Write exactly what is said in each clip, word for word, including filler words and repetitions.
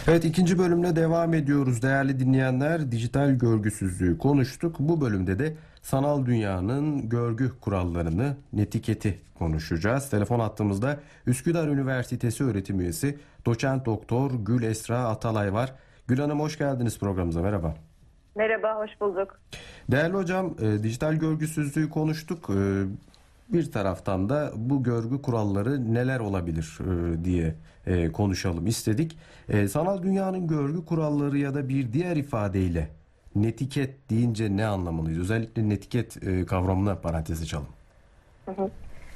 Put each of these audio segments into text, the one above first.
Evet, ikinci bölümle devam ediyoruz değerli dinleyenler. Dijital görgüsüzlüğü konuştuk. Bu bölümde de sanal dünyanın görgü kurallarını, netiketi konuşacağız. Telefon hattımızda Üsküdar Üniversitesi öğretim üyesi Doçent Doktor Gül Esra Atalay var. Gül Hanım, hoş geldiniz programımıza. Merhaba. Merhaba, hoş bulduk. Değerli hocam, e, dijital görgüsüzlüğü konuştuk. E, bir taraftan da bu görgü kuralları neler olabilir e, diye e, konuşalım istedik. E, sanal dünyanın görgü kuralları ya da bir diğer ifadeyle netiket deyince ne anlamalıyız? Özellikle netiket e, kavramına parantez açalım. Hı hı.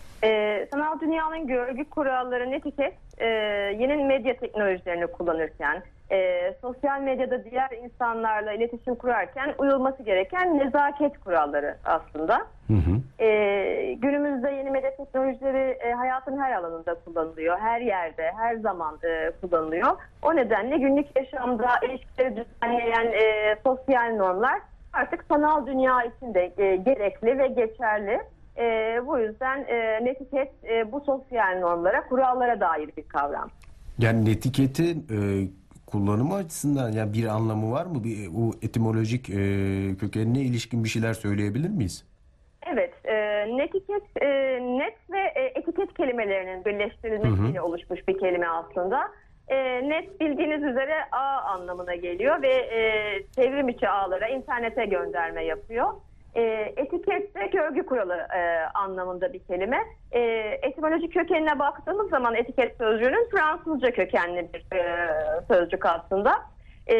Ee, sanal dünyanın görgü kuralları, netiket, e, yeni medya teknolojilerini kullanırken, e, sosyal medyada diğer insanlarla iletişim kurarken uyulması gereken nezaket kuralları aslında. Hı hı. E, günümüzde yeni medya teknolojileri e, hayatın her alanında kullanılıyor, her yerde, her zaman e, kullanılıyor. O nedenle günlük yaşamda ilişkileri düzenleyen e, sosyal normlar artık sanal dünya için de e, gerekli ve geçerli. E, bu yüzden e, netiket e, bu sosyal normlara, kurallara dair bir kavram. Yani netiketin e, kullanımı açısından yani bir anlamı var mı? Bir, o etimolojik e, kökenine ilişkin bir şeyler söyleyebilir miyiz? Evet, e, netiket, e, net ve e, etiket kelimelerinin birleştirilmesiyle hı hı. oluşmuş bir kelime aslında. E, net bildiğiniz üzere ağ anlamına geliyor ve e, çevrim içi ağlara, internete gönderme yapıyor. E, etiket de görgü kuralı e, anlamında bir kelime. E, etimolojik kökenine baktığımız zaman etiket sözcüğünün Fransızca kökenli bir e, sözcük aslında. E,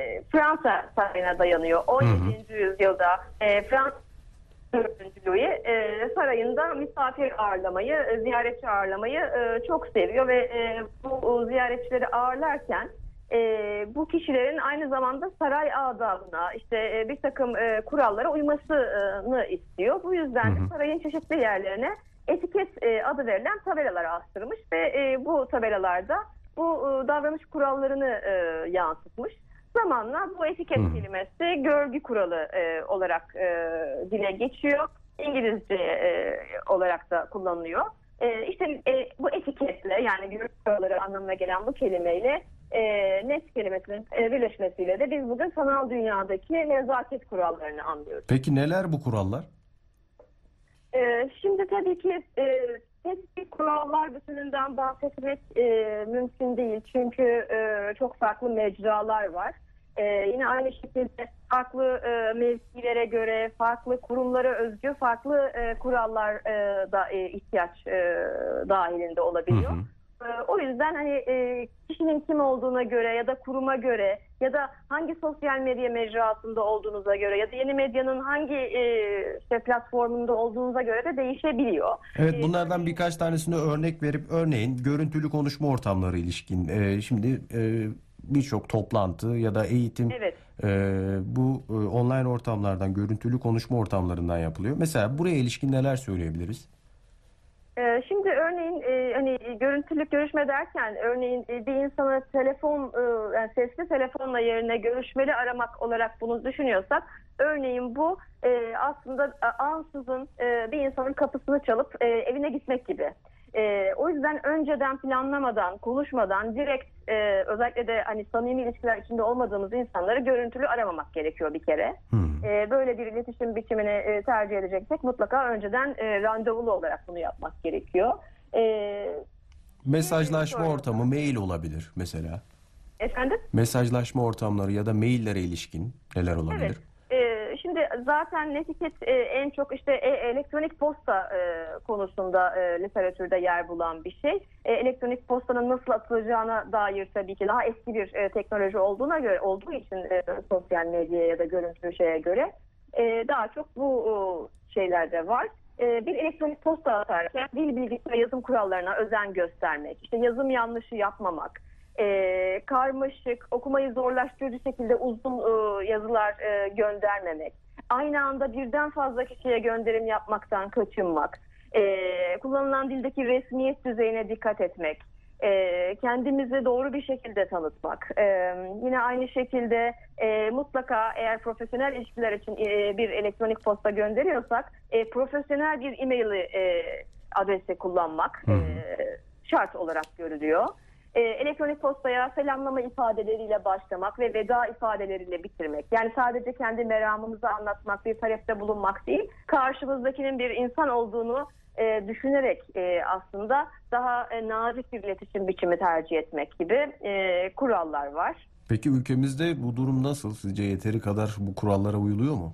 Fransa sarayına dayanıyor. on yedinci yüzyılda e, Fransa dördüncü Louis e, sarayında misafir ağırlamayı, e, ziyaretçi ağırlamayı e, çok seviyor ve e, bu e, ziyaretçileri ağırlarken e, bu kişilerin aynı zamanda saray adabına, işte e, bir takım e, kurallara uymasını istiyor. Bu yüzden hı hı. sarayın çeşitli yerlerine etiket e, adı verilen tabelalar astırmış ve e, bu tabelalarda bu e, davranış kurallarını e, yansıtmış. Zamanla bu etiket hmm. kelimesi görgü kuralı e, olarak e, dile geçiyor. İngilizce e, olarak da kullanılıyor. E, işte e, bu etiketle, yani görgü kuralları anlamına gelen bu kelimeyle e, net kelimesinin e, birleşmesiyle de biz bugün sanal dünyadaki nezaket kurallarını anlıyoruz. Peki neler bu kurallar? E, şimdi tabii ki e, tek bir kurallar bütününden bahsetmek e, mümkün değil. Çünkü e, çok farklı mecralar var. Ee, yine aynı şekilde farklı e, mevkilere göre, farklı kurumlara özgü farklı e, kurallar e, da e, ihtiyaç e, dahilinde olabiliyor. Hı hı. E, o yüzden hani e, kişinin kim olduğuna göre ya da kuruma göre ya da hangi sosyal medya mecrasında olduğunuza göre ya da yeni medyanın hangi e, işte platformunda olduğunuza göre de değişebiliyor. Evet, bunlardan birkaç tanesini örnek verip örneğin görüntülü konuşma ortamları ilişkin. E, şimdi e, birçok toplantı ya da eğitim evet. e, bu e, online ortamlardan, görüntülü konuşma ortamlarından yapılıyor. Mesela buraya ilişkin neler söyleyebiliriz? E, şimdi örneğin e, hani görüntülü görüşme derken örneğin e, bir insana telefon e, yani sesli telefonla yerine görüşmeli aramak olarak bunu düşünüyorsak örneğin bu e, aslında ansızın e, bir insanın kapısını çalıp e, evine gitmek gibi. Ee, o yüzden önceden planlamadan, konuşmadan direkt e, özellikle de hani samimi ilişkiler içinde olmadığımız insanları görüntülü aramamak gerekiyor bir kere. Hmm. Ee, böyle bir iletişim biçimini e, tercih edeceksek mutlaka önceden e, randevulu olarak bunu yapmak gerekiyor. Ee, Mesajlaşma sonra... ortamı mail olabilir mesela. Efendim? Mesajlaşma ortamları ya da maillere ilişkin neler olabilir? Evet. Şimdi zaten netiket e, en çok işte e, elektronik posta e, konusunda e, literatürde yer bulan bir şey. E, elektronik postanın nasıl atılacağına dair tabii ki daha eski bir e, teknoloji olduğuna göre olduğu için e, sosyal medyaya ya da görüntülü şeye göre e, daha çok bu o, şeylerde var. E, bir elektronik posta atarken dil bilgisi ve yazım kurallarına özen göstermek, işte yazım yanlışı yapmamak. E, karmaşık, okumayı zorlaştırıcı şekilde uzun e, yazılar e, göndermemek, aynı anda birden fazla kişiye gönderim yapmaktan kaçınmak, e, kullanılan dildeki resmiyet düzeyine dikkat etmek, e, kendimizi doğru bir şekilde tanıtmak, e, yine aynı şekilde e, mutlaka eğer profesyonel ilişkiler için e, bir elektronik posta gönderiyorsak e, profesyonel bir e-mail e, adresi kullanmak e, şart olarak görülüyor. e, elektronik postaya selamlama ifadeleriyle başlamak ve veda ifadeleriyle bitirmek. Yani sadece kendi meramımızı anlatmak, bir talepte bulunmak değil, karşımızdakinin bir insan olduğunu e, düşünerek e, aslında daha e, nazik bir iletişim biçimi tercih etmek gibi e, kurallar var. Peki ülkemizde bu durum nasıl? Sizce yeteri kadar bu kurallara uyuluyor mu?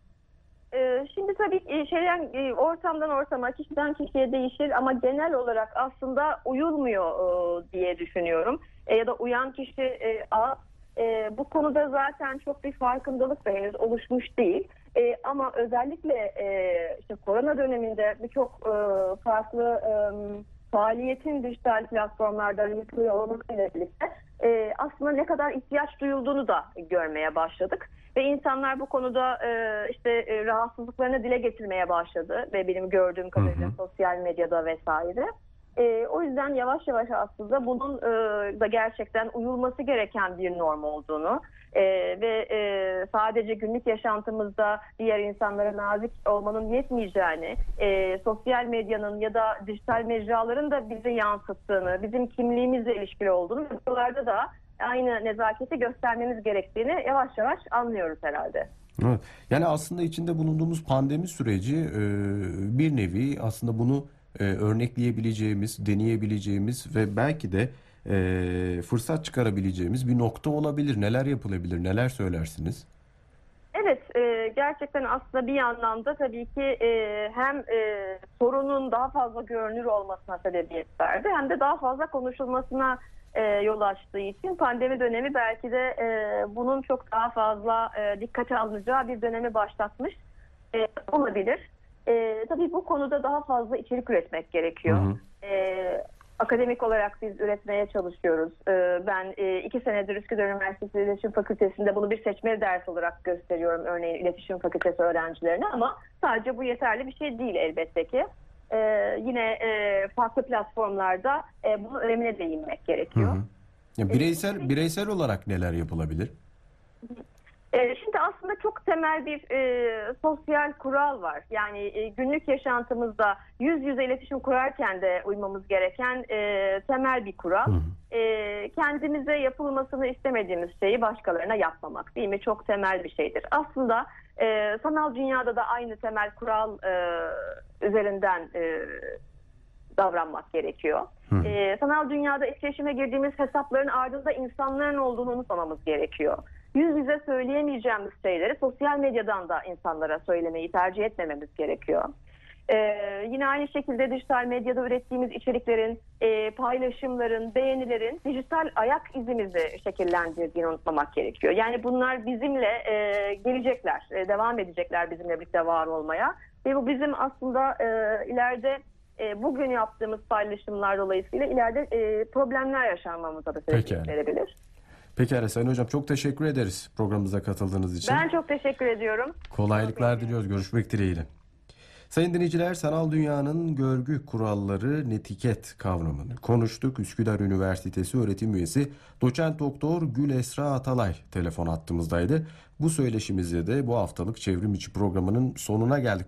Ee, Şimdi tabii e, şeyden e, ortamdan ortama, kişiden kişiye değişir ama genel olarak aslında uyulmuyor e, diye düşünüyorum. E, Ya da uyan kişi e, az. E, Bu konuda zaten çok bir farkındalık da henüz oluşmuş değil. E, Ama özellikle e, işte korona döneminde birçok e, farklı e, faaliyetin dijital platformlarda yapılıyor olmasıyla birlikte e, aslında ne kadar ihtiyaç duyulduğunu da görmeye başladık. Ve insanlar bu konuda e, işte e, rahatsızlıklarını dile getirmeye başladı ve benim gördüğüm kadarıyla Hı hı. sosyal medyada vesaire. E, o yüzden yavaş yavaş aslında bunun e, da gerçekten uyulması gereken bir norm olduğunu e, ve e, sadece günlük yaşantımızda diğer insanlara nazik olmanın yetmeyeceğini, e, sosyal medyanın ya da dijital mecraların da bizi yansıttığını, bizim kimliğimizle ilişkili olduğunu ve buralarda da aynı nezaketi göstermemiz gerektiğini yavaş yavaş anlıyoruz herhalde. Evet. Yani aslında içinde bulunduğumuz pandemi süreci e, bir nevi aslında bunu e, örnekleyebileceğimiz, deneyebileceğimiz ve belki de e, fırsat çıkarabileceğimiz bir nokta olabilir. Neler yapılabilir, neler söylersiniz? Evet, e, gerçekten aslında bir yandan da tabii ki e, hem e, sorunun daha fazla görünür olmasına sebebiyet verdi hem de daha fazla konuşulmasına e, yol açtığı için pandemi dönemi belki de e, bunun çok daha fazla e, dikkate alınacağı bir dönemi başlatmış e, olabilir. E, tabii bu konuda daha fazla içerik üretmek gerekiyor. Hı hı. E, Akademik olarak biz üretmeye çalışıyoruz. Ee, Ben e, iki senedir Üsküdar Üniversitesi İletişim Fakültesi'nde bunu bir seçmeli ders olarak gösteriyorum örneğin İletişim Fakültesi öğrencilerine ama sadece bu yeterli bir şey değil elbette ki. Ee, Yine e, farklı platformlarda e, bunun önemine değinmek Hı gerekiyor. hı. Ya bireysel bireysel olarak neler yapılabilir? Ee, Şimdi aslında çok temel bir e, sosyal kural var. Yani e, günlük yaşantımızda yüz yüze iletişim kurarken de uymamız gereken e, temel bir kural. Hı hı. E, kendimize yapılmasını istemediğimiz şeyi başkalarına yapmamak, değil mi? Çok temel bir şeydir. Aslında e, sanal dünyada da aynı temel kural e, üzerinden e, davranmak gerekiyor. Hı. Ee, sanal dünyada etkileşime girdiğimiz hesapların ardında insanların olduğunu unutmamamız gerekiyor. Yüz yüze söyleyemeyeceğimiz şeyleri sosyal medyadan da insanlara söylemeyi tercih etmememiz gerekiyor. Ee, yine aynı şekilde dijital medyada ürettiğimiz içeriklerin, e, paylaşımların, beğenilerin dijital ayak izimizi şekillendirdiğini unutmamak gerekiyor. Yani bunlar bizimle e, gelecekler, e, devam edecekler bizimle birlikte var olmaya. Ve bu bizim aslında e, ileride E, bugün yaptığımız paylaşımlar dolayısıyla ileride e, problemler yaşanmamıza da sebebiyet Pekala. verebilir. Pekala Sayın Hocam, çok teşekkür ederiz programımıza katıldığınız için. Ben çok teşekkür ediyorum. Kolaylıklar diliyoruz. Görüşmek dileğiyle. Sayın dinleyiciler, sanal dünyanın görgü kuralları, netiket kavramını konuştuk. Üsküdar Üniversitesi öğretim üyesi Doçent Doktor Gül Esra Atalay telefon hattımızdaydı. Bu söyleşimizle de bu haftalık çevrim içi programının sonuna geldik.